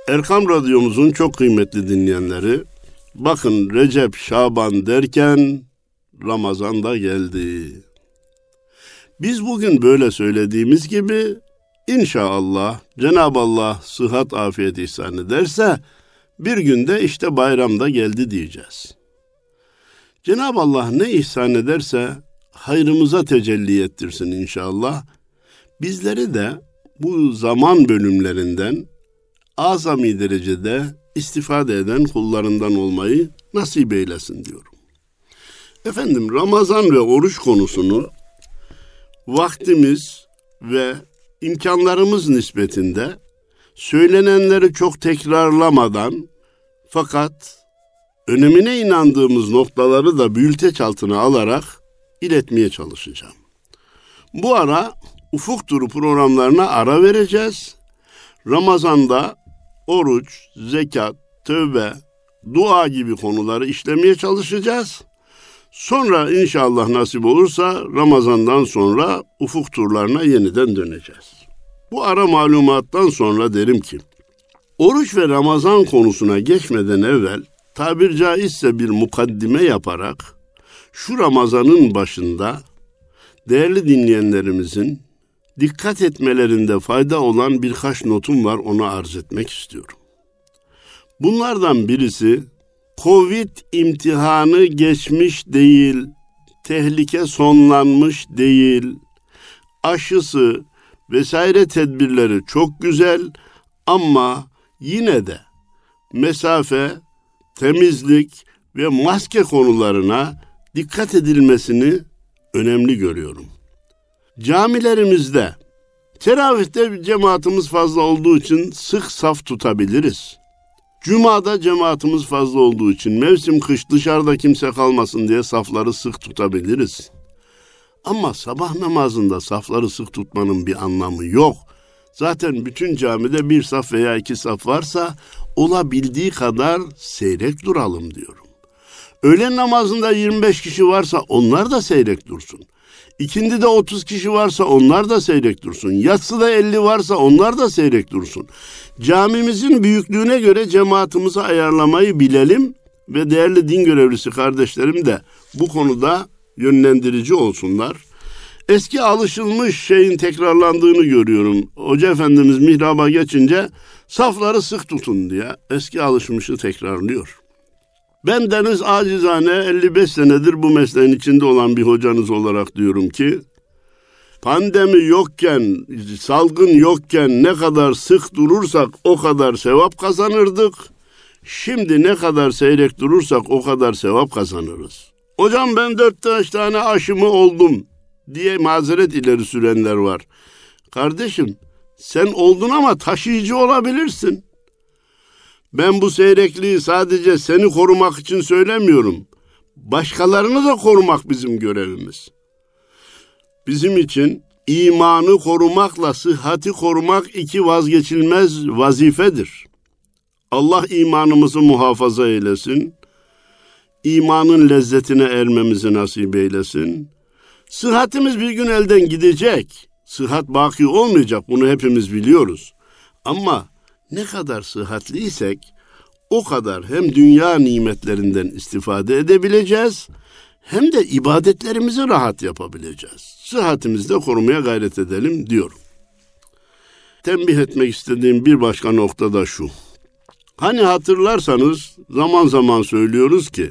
Erkam Radyomuzun çok kıymetli dinleyenleri, bakın Recep, Şaban derken Ramazan da geldi. Biz bugün böyle söylediğimiz gibi inşallah Cenab-ı Allah sıhhat, afiyet ihsan ederse bir günde işte bayramda geldi diyeceğiz. Cenab-ı Allah ne ihsan ederse hayrımıza tecelli ettirsin inşallah. Bizleri de bu zaman bölümlerinden azami derecede istifade eden kullarından olmayı nasip eylesin diyorum. Efendim, Ramazan ve oruç konusunu vaktimiz ve imkanlarımız nispetinde söylenenleri çok tekrarlamadan fakat önemine inandığımız noktaları da bülteç altına alarak iletmeye çalışacağım. Bu ara Ufuk Turu programlarına ara vereceğiz. Ramazan'da oruç, zekat, tövbe, dua gibi konuları işlemeye çalışacağız. Sonra inşallah nasip olursa Ramazan'dan sonra ufuk turlarına yeniden döneceğiz. Bu ara malumattan sonra derim ki, oruç ve Ramazan konusuna geçmeden evvel tabir caizse bir mukaddime yaparak şu Ramazan'ın başında değerli dinleyenlerimizin dikkat etmelerinde fayda olan birkaç notum var, onu arz etmek istiyorum. Bunlardan birisi, Covid imtihanı geçmiş değil, tehlike sonlanmış değil, aşısı vesaire tedbirleri çok güzel ama yine de mesafe, temizlik ve maske konularına dikkat edilmesini önemli görüyorum. Camilerimizde teravihte cemaatimiz fazla olduğu için sık saf tutabiliriz. Cuma'da cemaatimiz fazla olduğu için mevsim kış dışarıda kimse kalmasın diye safları sık tutabiliriz. Ama sabah namazında safları sık tutmanın bir anlamı yok. Zaten bütün camide bir saf veya iki saf varsa olabildiği kadar seyrek duralım diyorum. Öğlen namazında 25 kişi varsa onlar da seyrek dursun. İkindide 30 kişi varsa onlar da seyrek dursun. Yatsıda 50 varsa onlar da seyrek dursun. Camimizin büyüklüğüne göre cemaatimizi ayarlamayı bilelim ve değerli din görevlisi kardeşlerim de bu konuda yönlendirici olsunlar. Eski alışılmış şeyin tekrarlandığını görüyorum. Hoca Efendimiz mihraba geçince safları sık tutun diye eski alışmışı tekrarlıyor. Ben deniz acizane 55 senedir bu mesleğin içinde olan bir hocanız olarak diyorum ki, pandemi yokken, salgın yokken ne kadar sık durursak o kadar sevap kazanırdık. Şimdi ne kadar seyrek durursak o kadar sevap kazanırız. Hocam ben 4-5 tane aşımı oldum diye mazeret ileri sürenler var. Kardeşim, sen oldun ama taşıyıcı olabilirsin. Ben bu seyrekliği sadece seni korumak için söylemiyorum. Başkalarını da korumak bizim görevimiz. Bizim için imanı korumakla sıhhati korumak iki vazgeçilmez vazifedir. Allah imanımızı muhafaza eylesin. İmanın lezzetine ermemizi nasip eylesin. Sıhhatimiz bir gün elden gidecek. Sıhhat baki olmayacak, bunu hepimiz biliyoruz. Ama ne kadar sıhhatliysek o kadar hem dünya nimetlerinden istifade edebileceğiz hem de ibadetlerimizi rahat yapabileceğiz. Sıhhatimizi de korumaya gayret edelim diyorum. Tembih etmek istediğim bir başka nokta da şu. Hani hatırlarsanız zaman zaman söylüyoruz ki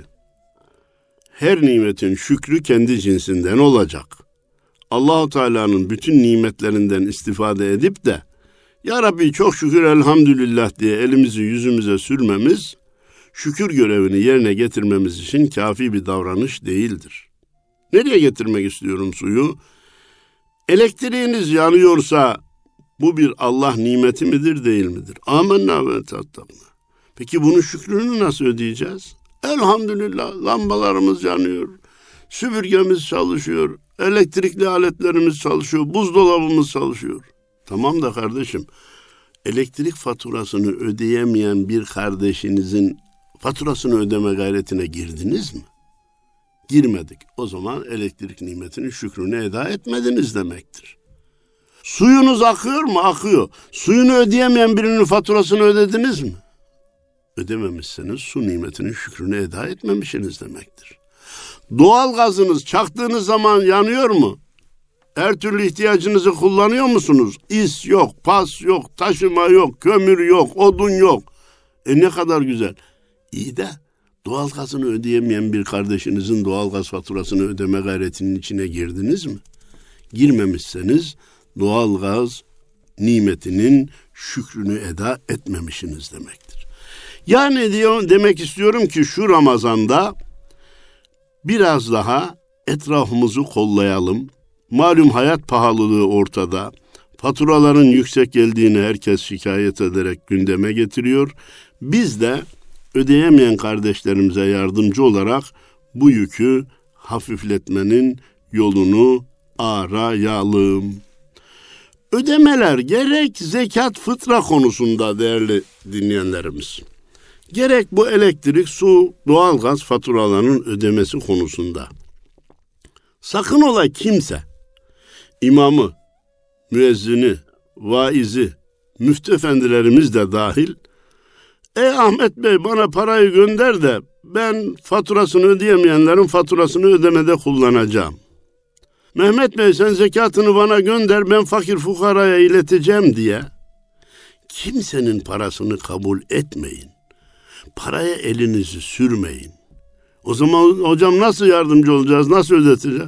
her nimetin şükrü kendi cinsinden olacak. Allah-u Teala'nın bütün nimetlerinden istifade edip de Ya Rabbi çok şükür elhamdülillah diye elimizi yüzümüze sürmemiz, şükür görevini yerine getirmemiz için kafi bir davranış değildir. Nereye getirmek istiyorum suyu? Elektriğiniz yanıyorsa bu bir Allah nimeti midir, değil midir? Amenna ve tettakna. Peki bunun şükrünü nasıl ödeyeceğiz? Elhamdülillah lambalarımız yanıyor, süpürgemiz çalışıyor, elektrikli aletlerimiz çalışıyor, buzdolabımız çalışıyor. Tamam da kardeşim, elektrik faturasını ödeyemeyen bir kardeşinizin faturasını ödeme gayretine girdiniz mi? Girmedik. O zaman elektrik nimetinin şükrünü eda etmediniz demektir. Suyunuz akıyor mu? Akıyor. Suyunu ödeyemeyen birinin faturasını ödediniz mi? Ödememişseniz su nimetinin şükrünü eda etmemişsiniz demektir. Doğal gazınız çaktığınız zaman yanıyor mu? Her türlü ihtiyacınızı kullanıyor musunuz? İs yok, pas yok, taşıma yok, kömür yok, odun yok. Ne kadar güzel. İyi de doğalgazını ödeyemeyen bir kardeşinizin doğalgaz faturasını ödeme gayretinin içine girdiniz mi? Girmemişseniz doğalgaz nimetinin şükrünü eda etmemişsiniz demektir. Yani demek istiyorum ki şu Ramazan'da biraz daha etrafımızı kollayalım. Malum hayat pahalılığı ortada. Faturaların yüksek geldiğini herkes şikayet ederek gündeme getiriyor. Biz de ödeyemeyen kardeşlerimize yardımcı olarak bu yükü hafifletmenin yolunu arayalım. Ödemeler gerek zekat, fıtra konusunda değerli dinleyenlerimiz, gerek bu elektrik, su, doğalgaz faturalarının ödemesi konusunda. Sakın ola kimse, imamı, müezzini, vaizi, müftü efendilerimiz de dahil, Ahmet Bey bana parayı gönder de ben faturasını ödeyemeyenlerin faturasını ödemede kullanacağım. Mehmet Bey sen zekatını bana gönder ben fakir fukaraya ileteceğim diye kimsenin parasını kabul etmeyin. Paraya elinizi sürmeyin. O zaman hocam nasıl yardımcı olacağız, nasıl ödeteceğiz?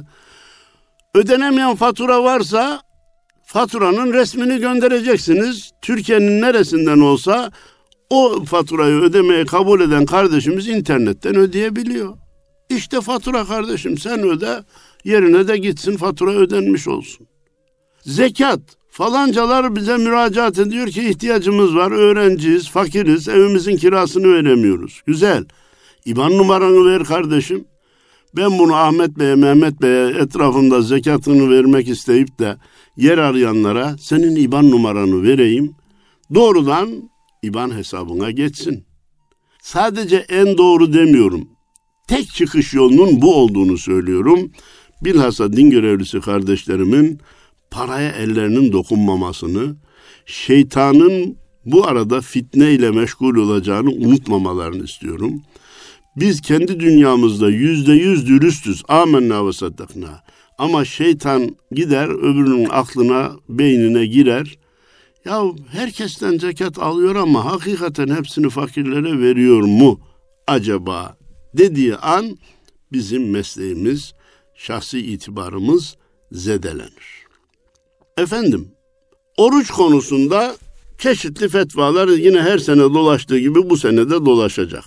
Ödenemeyen fatura varsa faturanın resmini göndereceksiniz. Türkiye'nin neresinden olsa o faturayı ödemeye kabul eden kardeşimiz internetten ödeyebiliyor. İşte fatura kardeşim sen öde, yerine de gitsin fatura ödenmiş olsun. Zekat, falancalar bize müracaat ediyor ki ihtiyacımız var, öğrenciyiz, fakiriz, evimizin kirasını veremiyoruz. Güzel, İBAN numaranı ver kardeşim. Ben bunu Ahmet Bey'e, Mehmet Bey'e etrafında zekatını vermek isteyip de yer arayanlara senin İBAN numaranı vereyim. Doğrudan İBAN hesabına geçsin. Sadece en doğru demiyorum. Tek çıkış yolunun bu olduğunu söylüyorum. Bilhassa din görevlisi kardeşlerimin paraya ellerinin dokunmamasını, şeytanın bu arada fitne ile meşgul olacağını unutmamalarını istiyorum. Biz kendi dünyamızda %100 dürüstüz. Âmennâ ve saddaknâ. Ama şeytan gider öbürünün aklına, beynine girer. Ya herkesten zekat alıyor ama hakikaten hepsini fakirlere veriyor mu acaba dediği an bizim mesleğimiz, şahsi itibarımız zedelenir. Efendim, oruç konusunda çeşitli fetvalar yine her sene dolaştığı gibi bu sene de dolaşacak.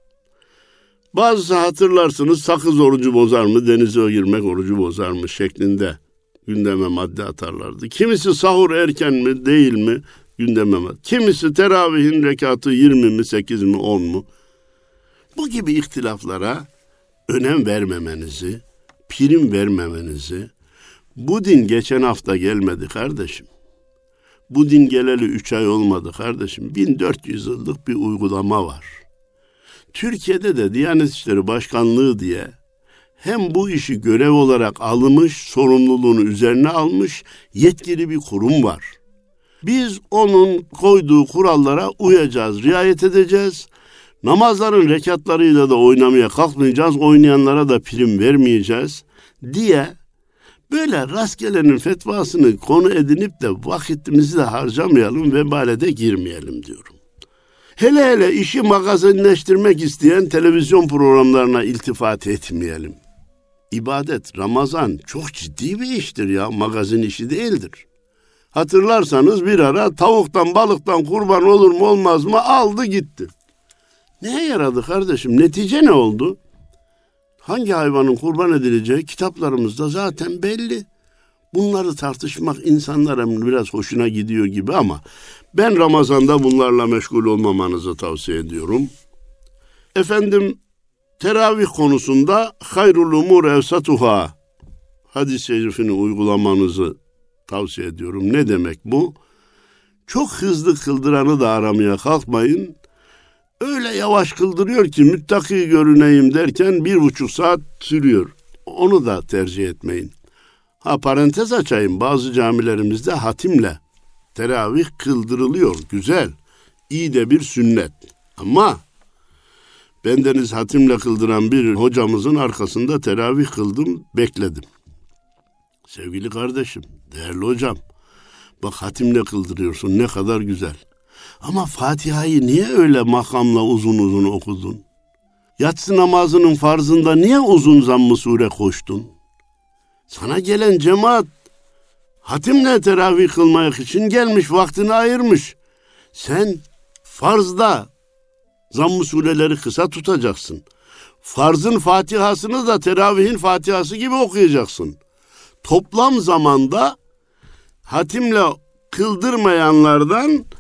Bazısı hatırlarsınız sakız orucu bozar mı, denize girmek orucu bozar mı şeklinde gündeme madde atarlardı. Kimisi sahur erken mi değil mi gündeme madde. Kimisi teravihin rekatı 20 mi 8 mi 10 mu. Bu gibi ihtilaflara önem vermemenizi, prim vermemenizi, bu din geçen hafta gelmedi kardeşim. Bu din geleli 3 ay olmadı kardeşim. 1400 yıllık bir uygulama var. Türkiye'de de Diyanet İşleri Başkanlığı diye hem bu işi görev olarak almış, sorumluluğunu üzerine almış yetkili bir kurum var. Biz onun koyduğu kurallara uyacağız, riayet edeceğiz. Namazların rekatlarıyla da oynamaya kalkmayacağız, oynayanlara da prim vermeyeceğiz diye böyle rastgelenin fetvasını konu edinip de vakitimizi de harcamayalım, vebale de girmeyelim diyorum. Hele hele işi magazinleştirmek isteyen televizyon programlarına iltifat etmeyelim. İbadet, Ramazan çok ciddi bir iştir ya, magazin işi değildir. Hatırlarsanız bir ara tavuktan, balıktan kurban olur mu olmaz mı aldı gitti. Neye yaradı kardeşim? Netice ne oldu? Hangi hayvanın kurban edileceği kitaplarımızda zaten belli. Bunları tartışmak insanlara biraz hoşuna gidiyor gibi ama ben Ramazan'da bunlarla meşgul olmamanızı tavsiye ediyorum. Efendim, teravih konusunda hayrul umur evsatuhâ hadis-i şerifini uygulamanızı tavsiye ediyorum. Ne demek bu? Çok hızlı kıldıranı da aramaya kalkmayın. Öyle yavaş kıldırıyor ki müttaki görüneyim derken 1,5 saat sürüyor. Onu da tercih etmeyin. Parantez açayım, bazı camilerimizde hatimle teravih kıldırılıyor. Güzel, iyi de bir sünnet. Ama bendeniz hatimle kıldıran bir hocamızın arkasında teravih kıldım, bekledim. Sevgili kardeşim, değerli hocam, bak hatimle kıldırıyorsun, ne kadar güzel. Ama Fatiha'yı niye öyle makamla uzun uzun okudun? Yatsı namazının farzında niye uzun zamm-ı sure koştun? Sana gelen cemaat hatimle teravih kılmak için gelmiş, vaktini ayırmış. Sen farzda zamm-ı sureleri kısa tutacaksın. Farzın Fatihasını da teravihin Fatihası gibi okuyacaksın. Toplam zamanda hatimle kıldırmayanlardan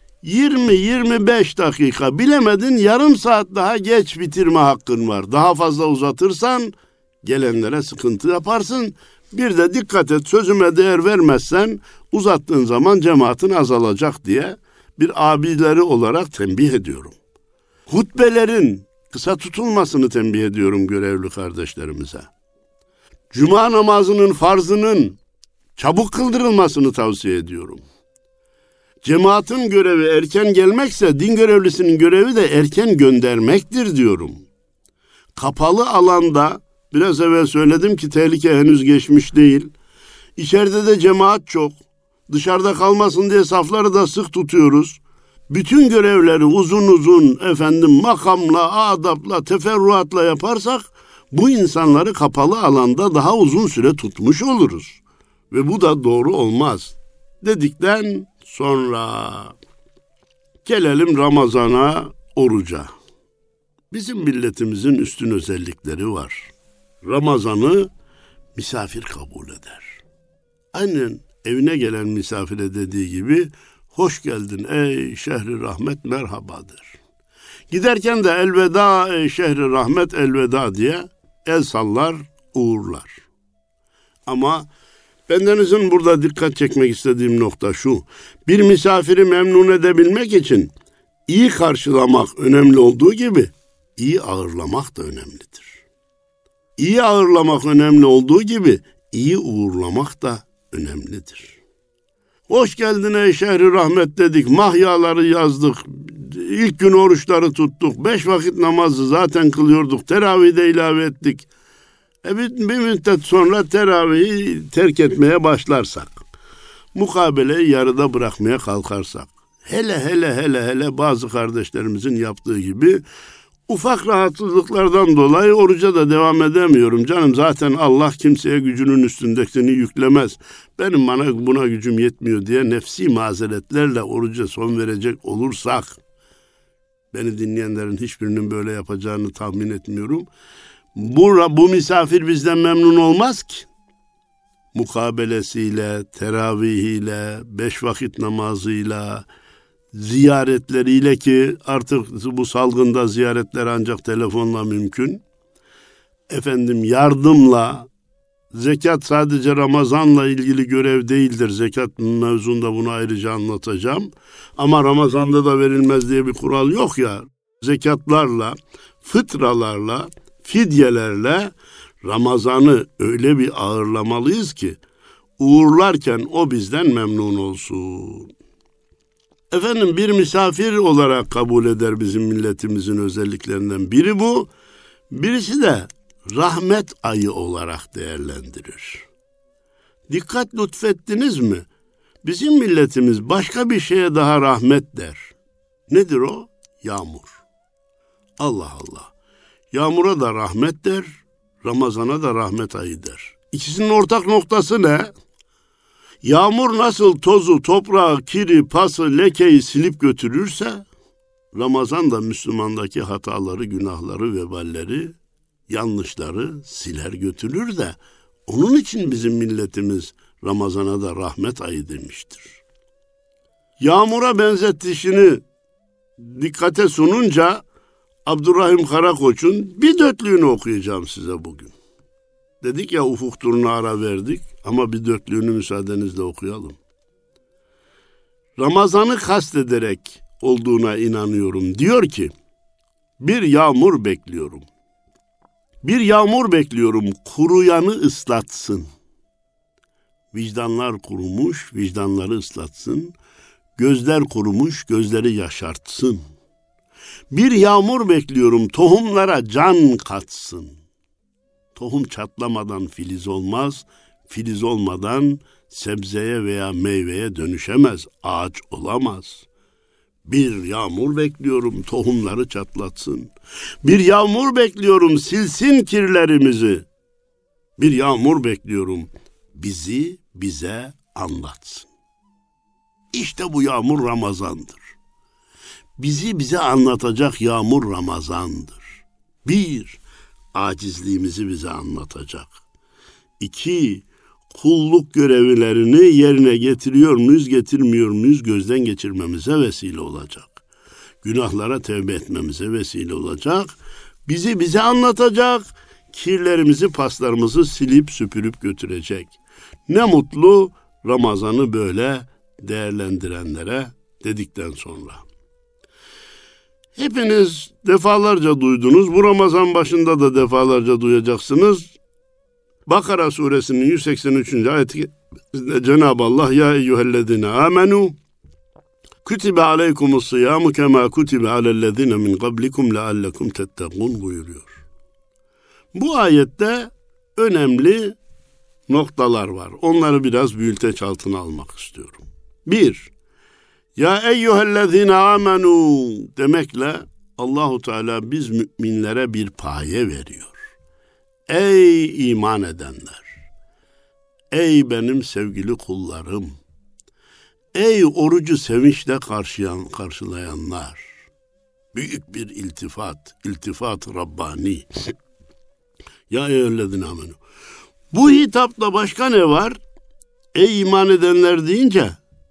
20-25 dakika, bilemedin yarım saat daha geç bitirme hakkın var. Daha fazla uzatırsan gelenlere sıkıntı yaparsın. Bir de dikkat et, sözüme değer vermezsen uzattığın zaman cemaatin azalacak diye bir abileri olarak tembih ediyorum. Hutbelerin kısa tutulmasını tembih ediyorum görevli kardeşlerimize. Cuma namazının farzının çabuk kıldırılmasını tavsiye ediyorum. Cemaatin görevi erken gelmekse din görevlisinin görevi de erken göndermektir diyorum. Kapalı alanda, biraz evvel söyledim ki tehlike henüz geçmiş değil. İçeride de cemaat çok. Dışarıda kalmasın diye safları da sık tutuyoruz. Bütün görevleri uzun uzun makamla, adapla, teferruatla yaparsak bu insanları kapalı alanda daha uzun süre tutmuş oluruz. Ve bu da doğru olmaz dedikten sonra gelelim Ramazan'a, oruca. Bizim milletimizin üstün özellikleri var. Ramazan'ı misafir kabul eder. Aynen evine gelen misafire dediği gibi hoş geldin ey şehri rahmet merhabadır. Giderken de elveda ey şehri rahmet elveda diye el sallar, uğurlar. Ama bendenizin burada dikkat çekmek istediğim nokta şu: bir misafiri memnun edebilmek için iyi karşılamak önemli olduğu gibi iyi ağırlamak da önemlidir. İyi ağırlamak önemli olduğu gibi iyi uğurlamak da önemlidir. Hoş geldin ey şehri rahmet dedik, mahyaları yazdık, ilk gün oruçları tuttuk, 5 vakit namazı zaten kılıyorduk, teravih de ilave ettik. Bir müddet sonra teravihi terk etmeye başlarsak, mukabeleyi yarıda bırakmaya kalkarsak, hele bazı kardeşlerimizin yaptığı gibi ufak rahatsızlıklardan dolayı oruca da devam edemiyorum. Canım zaten Allah kimseye gücünün üstündekini yüklemez. Benim buna gücüm yetmiyor diye nefsi mazeretlerle oruca son verecek olursak, beni dinleyenlerin hiçbirinin böyle yapacağını tahmin etmiyorum. Bu misafir bizden memnun olmaz ki. Mukabelesiyle, teravihiyle, 5 vakit namazıyla, ziyaretleriyle, ki artık bu salgında ziyaretler ancak telefonla mümkün. Yardımla, zekat sadece Ramazan'la ilgili görev değildir. Zekat mevzunda bunu ayrıca anlatacağım. Ama Ramazan'da da verilmez diye bir kural yok ya. Zekatlarla, fıtralarla, fidyelerle Ramazan'ı öyle bir ağırlamalıyız ki uğurlarken o bizden memnun olsun. Bir misafir olarak kabul eder bizim milletimizin özelliklerinden biri bu. Birisi de rahmet ayı olarak değerlendirir. Dikkat lütfettiniz mi? Bizim milletimiz başka bir şeye daha rahmet der. Nedir o? Yağmur. Allah Allah. Yağmura da rahmet der, Ramazan'a da rahmet ayı der. İkisinin ortak noktası ne? Yağmur nasıl tozu, toprağı, kiri, pası, lekeyi silip götürürse, Ramazan da Müslümandaki hataları, günahları, veballeri, yanlışları siler götürür de, onun için bizim milletimiz Ramazan'a da rahmet ayı demiştir. Yağmura benzetişini dikkate sununca Abdurrahim Karakoç'un bir dörtlüğünü okuyacağım size bugün. Dedik ya, ufuk turuna ara verdik ama bir dörtlüğünü müsaadenizle okuyalım. Ramazan'ı kastederek olduğuna inanıyorum. Diyor ki, bir yağmur bekliyorum. Bir yağmur bekliyorum, kuruyanı ıslatsın. vicdanlar kurumuş, vicdanları ıslatsın. Gözler kurumuş, gözleri yaşartsın. Bir yağmur bekliyorum, tohumlara can katsın. Tohum çatlamadan filiz olmaz, filiz olmadan sebzeye veya meyveye dönüşemez, ağaç olamaz. Bir yağmur bekliyorum, tohumları çatlatsın. Bir yağmur bekliyorum, silsin kirlerimizi. Bir yağmur bekliyorum, bizi bize anlatsın. İşte bu yağmur Ramazan'dır. Bizi bize anlatacak yağmur Ramazan'dır. 1. Acizliğimizi bize anlatacak. 2. Kulluk görevlerini yerine getiriyor muyuz, getirmiyor muyuz gözden geçirmemize vesile olacak. Günahlara tevbe etmemize vesile olacak. Bizi bize anlatacak. Kirlerimizi, paslarımızı silip süpürüp götürecek. Ne mutlu Ramazan'ı böyle değerlendirenlere dedikten sonra. Hepiniz defalarca duydunuz. Bu Ramazan başında da defalarca duyacaksınız. Bakara suresinin 183. ayetinde Cenab-ı Allah ya eyyühellezine amenu kutibe aleykumus siyamu kema kutibe alellezine min qablikum leallekum tettekun buyuruyor. Bu ayette önemli noktalar var. Onları biraz büyülteç altına almak istiyorum. 1. Ya eyyühellezine amenu demekle Allahu Teala biz müminlere bir paye veriyor. Ey iman edenler! Ey benim sevgili kullarım! Ey orucu sevinçle karşılayanlar! Büyük bir iltifat Rabbani. Ya eyyühellezine amenu. Bu hitapta başka ne var? Ey iman edenler deyince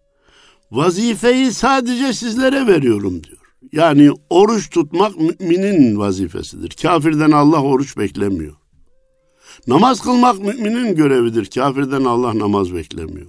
vazifeyi sadece sizlere veriyorum diyor. Yani oruç tutmak müminin vazifesidir. Kafirden Allah oruç beklemiyor. Namaz kılmak müminin görevidir. Kafirden Allah namaz beklemiyor.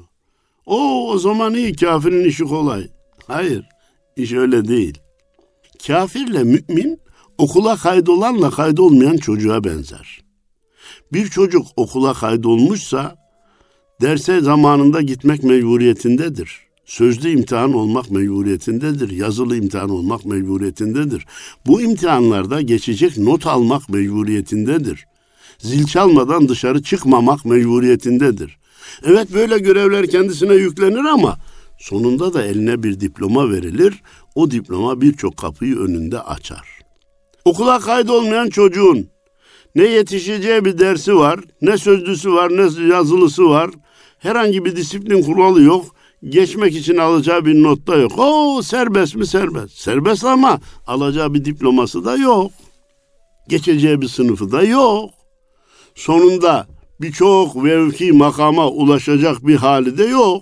O zaman iyi, kafirin işi kolay. Hayır, iş öyle değil. Kafirle mümin okula kaydolanla kaydolmayan çocuğa benzer. Bir çocuk okula kaydolmuşsa derse zamanında gitmek mecburiyetindedir. Sözlü imtihan olmak mecburiyetindedir. Yazılı imtihan olmak mecburiyetindedir. Bu imtihanlarda geçecek not almak mecburiyetindedir. Zil çalmadan dışarı çıkmamak mecburiyetindedir. Evet, böyle görevler kendisine yüklenir ama sonunda da eline bir diploma verilir. O diploma birçok kapıyı önünde açar. Okula kaydolmayan çocuğun ne yetişeceği bir dersi var, ne sözlüsü var, ne yazılısı var. Herhangi bir disiplin kuralı yok. Geçmek için alacağı bir not da yok. Serbest mi? Serbest. Serbest ama alacağı bir diploması da yok. Geçeceği bir sınıfı da yok. Sonunda birçok mevki makama ulaşacak bir hali de yok.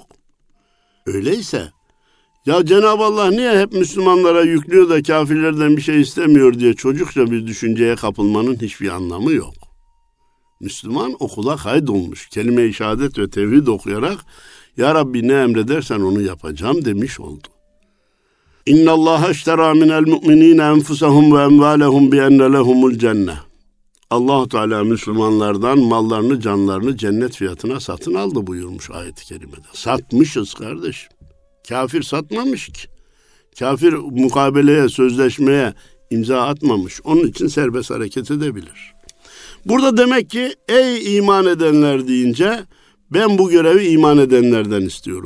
Öyleyse ya Cenab-ı Allah niye hep Müslümanlara yüklüyor da kafirlerden bir şey istemiyor diye çocukça bir düşünceye kapılmanın hiçbir anlamı yok. Müslüman okula kaydolmuş. Kelime-i şehadet ve tevhid okuyarak Ya Rabbi ne emredersen onu yapacağım demiş oldu. İnna Allah iştera minel mu'minine enfusahum ve emvalehum bi enne lehumul cennet. Allah Teala Müslümanlardan mallarını, canlarını cennet fiyatına satın aldı buyurmuş ayet-i kerimede. Satmışız kardeşim. Kafir satmamış ki. Kafir mukabeleye, sözleşmeye imza atmamış. Onun için serbest hareket edebilir. Burada demek ki ey iman edenler deyince ben bu görevi iman edenlerden istiyorum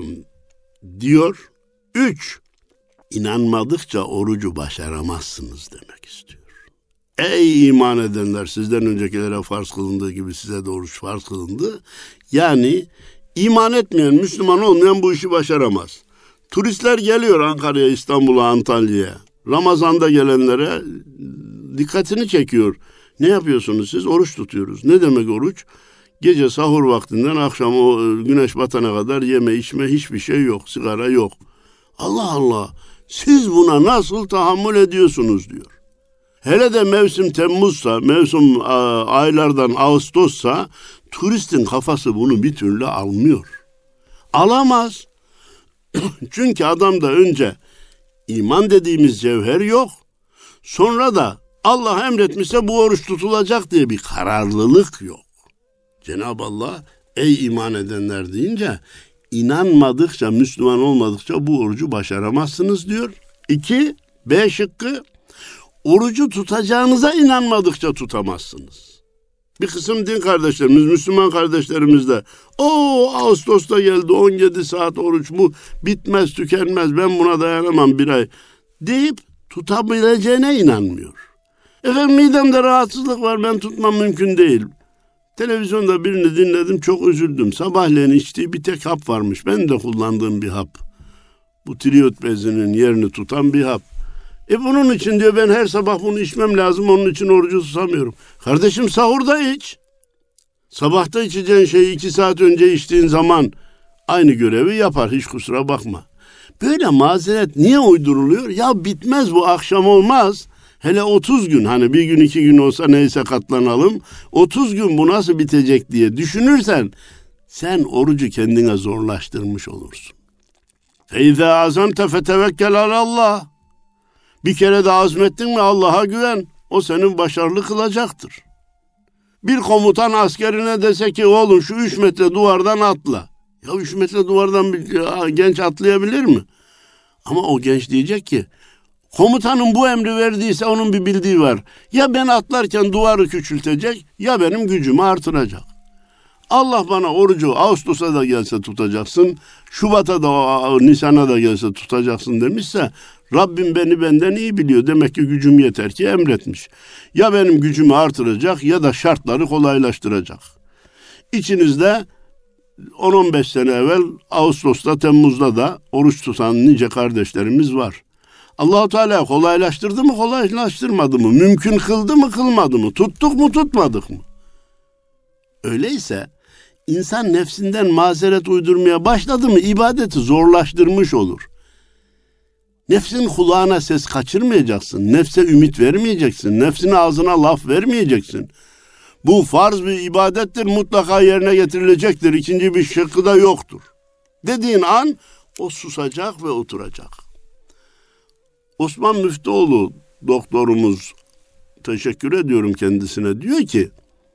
diyor. 3. İnanmadıkça orucu başaramazsınız demek istiyor. Ey iman edenler, sizden öncekilere farz kılındığı gibi size de oruç farz kılındı. Yani iman etmeyen, Müslüman olmayan bu işi başaramaz. Turistler geliyor Ankara'ya, İstanbul'a, Antalya'ya. Ramazan'da gelenlere dikkatini çekiyor. Ne yapıyorsunuz siz? Oruç tutuyoruz. Ne demek oruç? Gece sahur vaktinden akşam o güneş batana kadar yeme içme hiçbir şey yok. Sigara yok. Allah Allah, siz buna nasıl tahammül ediyorsunuz diyor. Hele de mevsim Temmuz'sa, mevsim aylardan Ağustos'sa turistin kafası bunu bir türlü almıyor. Alamaz. Çünkü adamda önce iman dediğimiz cevher yok. Sonra da Allah emretmişse bu oruç tutulacak diye bir kararlılık yok. Cenab-ı Allah Ey iman edenler deyince, inanmadıkça, Müslüman olmadıkça bu orucu başaramazsınız diyor. 2, B şıkkı, orucu tutacağınıza inanmadıkça tutamazsınız. Bir kısım din kardeşlerimiz, Müslüman kardeşlerimiz de Ağustos'ta geldi 17 saat oruç, bu bitmez tükenmez, ben buna dayanamam bir ay deyip tutabileceğine inanmıyor. Efendim midemde rahatsızlık var, ben tutmam mümkün değil. Televizyonda birini dinledim, çok üzüldüm. Sabahleyin içtiği bir tek hap varmış. Ben de kullandığım bir hap. Bu tiroid bezinin yerini tutan bir hap. Bunun için diyor ben her sabah bunu içmem lazım, onun için orucu tutamıyorum. Kardeşim sahurda iç. Sabahta içeceğin şeyi 2 saat önce içtiğin zaman aynı görevi yapar, hiç kusura bakma. Böyle mazeret niye uyduruluyor? Ya bitmez bu, akşam olmaz. Hele 30 gün, hani bir gün 2 gün olsa neyse katlanalım. 30 gün bu nasıl bitecek diye düşünürsen sen orucu kendine zorlaştırmış olursun. فَاِذَا عَزَمْتَ فَتَوَكَّلْ عَلَى اللّٰهِ. Bir kere de azmettin mi Allah'a güven. O senin başarılı kılacaktır. Bir komutan askerine dese ki oğlum şu 3 metre duvardan atla. Ya 3 metre duvardan bir genç atlayabilir mi? Ama o genç diyecek ki komutanın bu emri verdiyse onun bir bildiği var. Ya ben atlarken duvarı küçültecek ya benim gücümü artıracak. Allah bana orucu Ağustos'a da gelse tutacaksın, Şubat'a da Nisan'a da gelse tutacaksın demişse Rabbim beni benden iyi biliyor. Demek ki gücüm yeter ki emretmiş. Ya benim gücümü artıracak ya da şartları kolaylaştıracak. İçinizde 10-15 sene evvel Ağustos'ta, Temmuz'da da oruç tutan nice kardeşlerimiz var. Allah-u Teala kolaylaştırdı mı, kolaylaştırmadı mı? Mümkün kıldı mı, kılmadı mı? Tuttuk mu, tutmadık mı? Öyleyse insan nefsinden mazeret uydurmaya başladı mı ibadeti zorlaştırmış olur. Nefsin kulağına ses kaçırmayacaksın. Nefse ümit vermeyeceksin. Nefsine ağzına laf vermeyeceksin. Bu farz bir ibadettir, mutlaka yerine getirilecektir. İkinci bir şıkkı da yoktur. Dediğin an o susacak ve oturacak. Osman Müftüoğlu doktorumuz, teşekkür ediyorum kendisine, diyor ki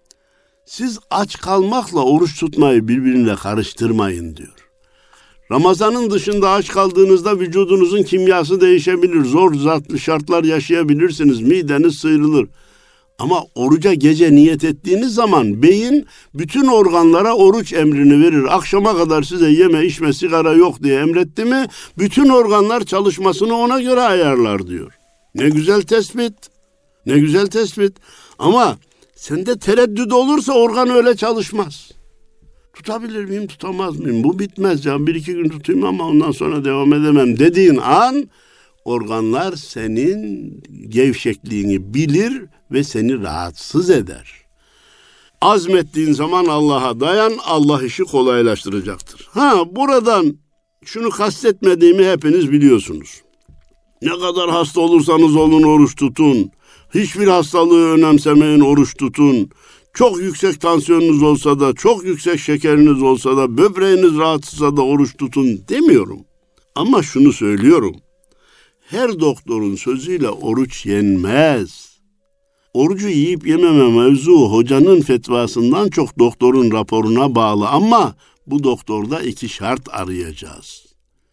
siz aç kalmakla oruç tutmayı birbirine karıştırmayın diyor. Ramazanın dışında aç kaldığınızda vücudunuzun kimyası değişebilir. Zor şartlar yaşayabilirsiniz. Mideniz sıyrılır. Ama oruca gece niyet ettiğiniz zaman beyin bütün organlara oruç emrini verir. Akşama kadar size yeme, içme, sigara yok diye emretti mi bütün organlar çalışmasını ona göre ayarlar diyor. Ne güzel tespit. Ne güzel tespit. Ama sende tereddüt olursa organ öyle çalışmaz. Tutabilir miyim, tutamaz mıyım? Bu bitmez ya. 1-2 gün tutayım ama ondan sonra devam edemem dediğin an organlar senin gevşekliğini bilir ve seni rahatsız eder. Azmettiğin zaman Allah'a dayan, Allah işi kolaylaştıracaktır. Buradan şunu kastetmediğimi hepiniz biliyorsunuz. Ne kadar hasta olursanız olun oruç tutun. Hiçbir hastalığı önemsemeyin, oruç tutun. Çok yüksek tansiyonunuz olsa da, çok yüksek şekeriniz olsa da, böbreğiniz rahatsızsa da oruç tutun demiyorum. Ama şunu söylüyorum. Her doktorun sözüyle oruç yenmez. Orucu yiyip yememe mevzu hocanın fetvasından çok doktorun raporuna bağlı ama bu doktorda 2 şart arayacağız.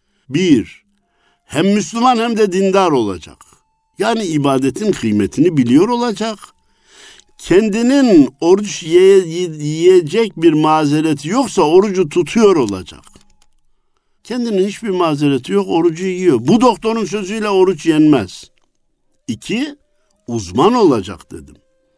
1, hem Müslüman hem de dindar olacak. Yani ibadetin kıymetini biliyor olacak. Kendinin oruç yiyecek bir mazereti yoksa orucu tutuyor olacak. Kendinin hiçbir mazereti yok, orucu yiyor. Bu doktorun sözüyle oruç yenmez. 2, uzman olacak dedim.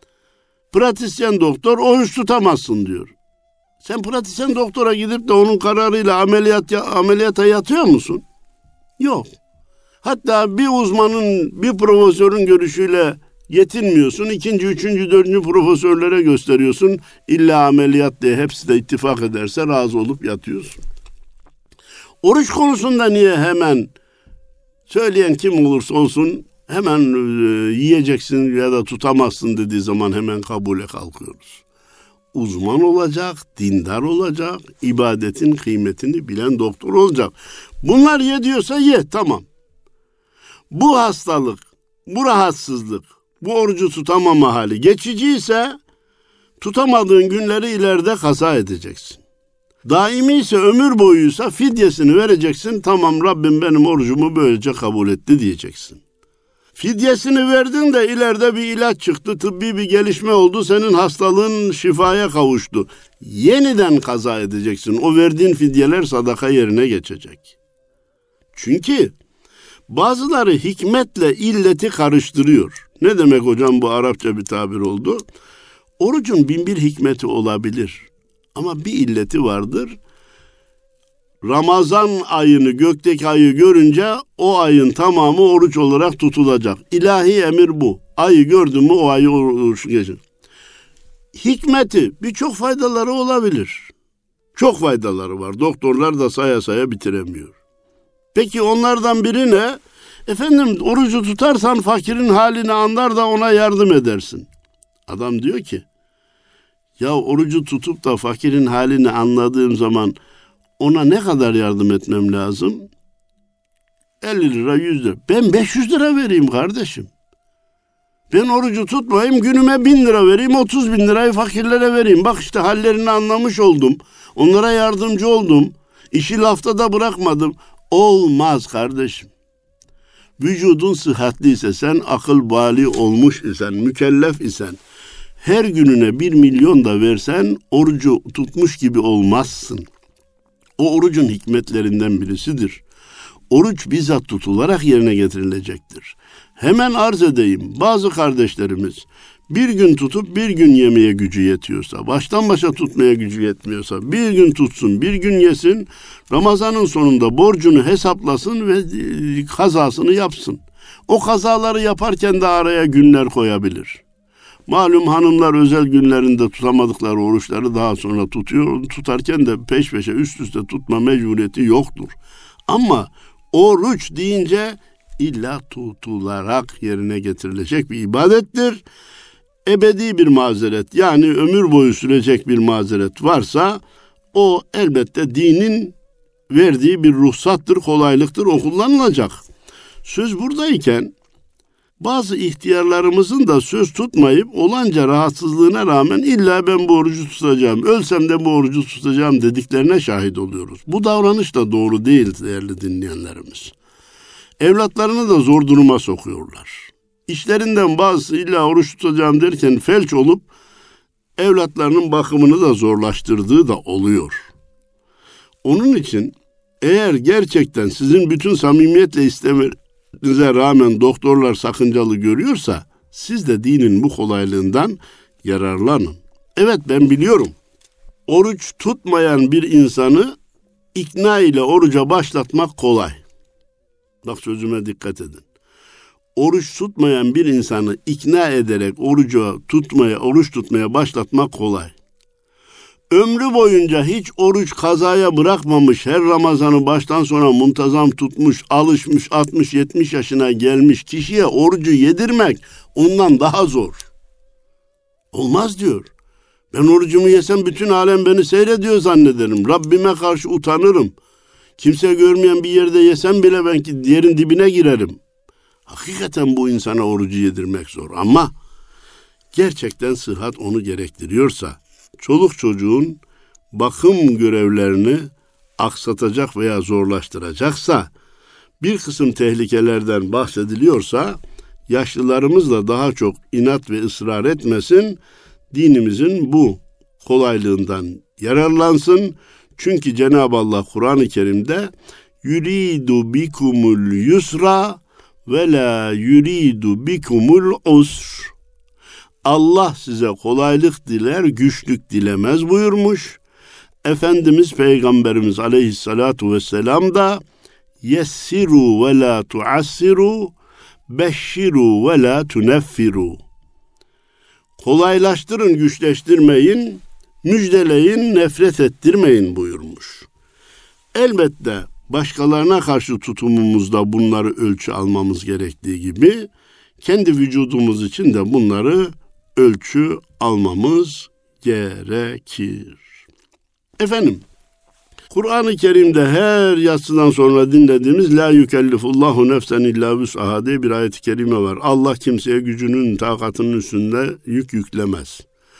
Pratisyen doktor oruç tutamazsın diyor. Sen pratisyen doktora gidip de onun kararıyla ameliyata yatıyor musun? Yok. Hatta bir uzmanın, bir profesörün görüşüyle yetinmiyorsun. 2., 3., 4. profesörlere gösteriyorsun. İlla ameliyat diye hepsi de ittifak ederse razı olup yatıyorsun. Oruç konusunda niye hemen söyleyen kim olursa olsun hemen yiyeceksin ya da tutamazsın dediği zaman hemen kabule kalkıyoruz. Uzman olacak, dindar olacak, ibadetin kıymetini bilen doktor olacak. Bunlar ye diyorsa ye, tamam. Bu hastalık, bu rahatsızlık, bu orucu tutamama hali geçici ise tutamadığın günleri ileride kaza edeceksin. Daimi ise ömür boyuysa fidyesini vereceksin. Tamam, Rabbim benim orucumu böylece kabul etti diyeceksin. Fidyesini verdin de ileride bir ilaç çıktı, tıbbi bir gelişme oldu, senin hastalığın şifaya kavuştu. Yeniden kaza edeceksin. O verdiğin fidyeler sadaka yerine geçecek. Çünkü bazıları hikmetle illeti karıştırıyor. Ne demek hocam, bu Arapça bir tabir oldu. Orucun bin bir hikmeti olabilir. Ama bir illeti vardır. Ramazan ayını, gökteki ayı görünce o ayın tamamı oruç olarak tutulacak. İlahi emir bu. Ayı gördün mü o ayı oruç geçin. Hikmeti birçok faydaları olabilir. Çok faydaları var. Doktorlar da saya saya bitiremiyor. Peki onlardan biri ne? Efendim, orucu tutarsan fakirin halini anlar da ona yardım edersin. Adam diyor ki, ya orucu tutup da fakirin halini anladığım zaman ona ne kadar yardım etmem lazım? 50 lira, 100 lira. Ben 500 lira vereyim kardeşim. Ben orucu tutmayayım, günüme 1000 lira vereyim, 30 bin lirayı fakirlere vereyim. Bak işte hallerini anlamış oldum. Onlara yardımcı oldum. İşi lafta da bırakmadım. Olmaz kardeşim. Vücudun sıhhatliyse, sen akıl bali olmuş isen, mükellef isen, her gününe 1 milyon da versen orucu tutmuş gibi olmazsın. O orucun hikmetlerinden birisidir. Oruç bizzat tutularak yerine getirilecektir. Hemen arz edeyim, bazı kardeşlerimiz bir gün tutup bir gün yemeye gücü yetiyorsa, baştan başa tutmaya gücü yetmiyorsa bir gün tutsun, bir gün yesin, Ramazanın sonunda borcunu hesaplasın ve kazasını yapsın. O kazaları yaparken de araya günler koyabilir. Malum hanımlar özel günlerinde tutamadıkları oruçları daha sonra tutuyor. Tutarken de peş peşe üst üste tutma mecburiyeti yoktur. Ama oruç deyince illa tutularak yerine getirilecek bir ibadettir. Ebedi bir mazeret, yani ömür boyu sürecek bir mazeret varsa o elbette dinin verdiği bir ruhsattır, kolaylıktır, o kullanılacak. Söz buradayken bazı ihtiyarlarımızın da söz tutmayıp olanca rahatsızlığına rağmen illa ben bu orucu tutacağım, ölsem de bu orucu tutacağım dediklerine şahit oluyoruz. Bu davranış da doğru değil değerli dinleyenlerimiz. Evlatlarını da zor duruma sokuyorlar. İşlerinden bazısı illa oruç tutacağım derken felç olup evlatlarının bakımını da zorlaştırdığı da oluyor. Onun için eğer gerçekten sizin bütün samimiyetle istemenize rağmen doktorlar sakıncalı görüyorsa, siz de dinin bu kolaylığından yararlanın. Evet, ben biliyorum. Oruç tutmayan bir insanı ikna ile oruca başlatmak kolay. Bak, sözüme dikkat edin. Oruç tutmayan bir insanı ikna ederek oruç tutmaya başlatmak kolay. Ömrü boyunca hiç oruç kazaya bırakmamış, her Ramazan'ı baştan sona muntazam tutmuş, alışmış, 60-70 yaşına gelmiş kişiye orucu yedirmek ondan daha zor. Olmaz diyor. Ben orucumu yesem bütün alem beni seyrediyor zannederim. Rabbime karşı utanırım. Kimse görmeyen bir yerde yesem bile ben yerin dibine girerim. Hakikaten bu insana orucu yedirmek zor ama gerçekten sıhhat onu gerektiriyorsa, çoluk çocuğun bakım görevlerini aksatacak veya zorlaştıracaksa, bir kısım tehlikelerden bahsediliyorsa, yaşlılarımız da daha çok inat ve ısrar etmesin, dinimizin bu kolaylığından yararlansın. Çünkü Cenab-ı Allah Kur'an-ı Kerim'de yuridu bikumul yusra ve la yuridu bikumul usr. Allah size kolaylık diler, güçlük dilemez buyurmuş. Efendimiz Peygamberimiz Aleyhissalatu vesselam da yessiru ve la tuassiru, beşşiru ve la tuneffiru. Kolaylaştırın, güçleştirmeyin, müjdeleyin, nefret ettirmeyin buyurmuş. Elbette başkalarına karşı tutumumuzda bunları ölçü almamız gerektiği gibi, kendi vücudumuz için de bunları ölçü almamız gerekir. Efendim, Kur'an-ı Kerim'de her yatsıdan sonra dinlediğimiz la yükellifullahu nefsen illa vus'aha diye bir ayet-i kerime var. Allah kimseye gücünün, takatının üstünde yük yüklemez.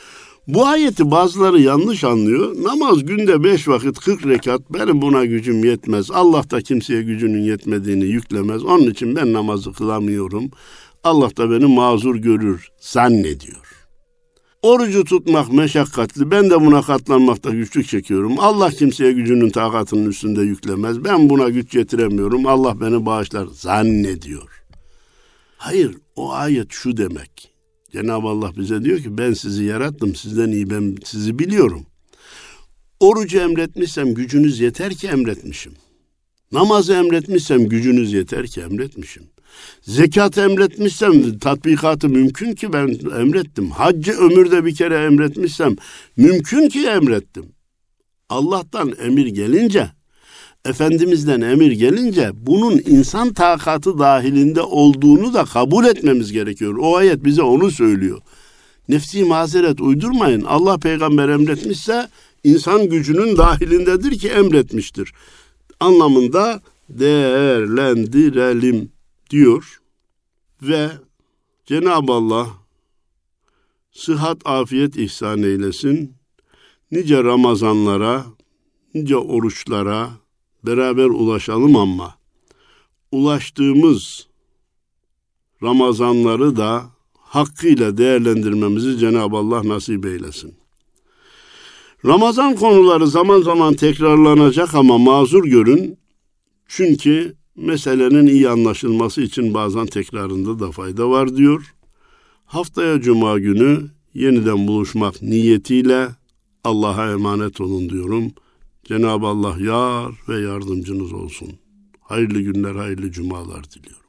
Bu ayeti bazıları yanlış anlıyor. Namaz günde 5 vakit 40 rekat, benim buna gücüm yetmez. Allah da kimseye gücünün yetmediğini yüklemez. Onun için ben namazı kılamıyorum. Allah da beni mazur görür zannediyor. Orucu tutmak meşakkatli. Ben de buna katlanmakta güçlük çekiyorum. Allah kimseye gücünün takatının üstünde yüklemez. Ben buna güç yetiremiyorum. Allah beni bağışlar zannediyor. Hayır, o ayet şu demek. Cenab-ı Allah bize diyor ki ben sizi yarattım, sizden iyi ben sizi biliyorum. Orucu emretmişsem gücünüz yeter ki emretmişim. Namazı emretmişsem gücünüz yeter ki emretmişim. Zekat emretmişsem tatbikatı mümkün ki ben emrettim. Haccı ömürde bir kere emretmişsem mümkün ki emrettim. Allah'tan emir gelince, Efendimiz'den emir gelince bunun insan takatı dahilinde olduğunu da kabul etmemiz gerekiyor. O ayet bize onu söylüyor. Nefsi mazeret uydurmayın. Allah peygamber emretmişse insan gücünün dahilindedir ki emretmiştir anlamında değerlendirelim diyor. Ve Cenab-ı Allah sıhhat, afiyet ihsan eylesin. Nice Ramazanlara, nice oruçlara beraber ulaşalım ama ulaştığımız Ramazanları da hakkıyla değerlendirmemizi Cenab-ı Allah nasip eylesin. Ramazan konuları zaman zaman tekrarlanacak ama mazur görün. Çünkü meselenin iyi anlaşılması için bazen tekrarında da fayda var diyor. Haftaya Cuma günü yeniden buluşmak niyetiyle Allah'a emanet olun diyorum. Cenab-ı Allah yar ve yardımcınız olsun. Hayırlı günler, hayırlı cumalar diliyorum.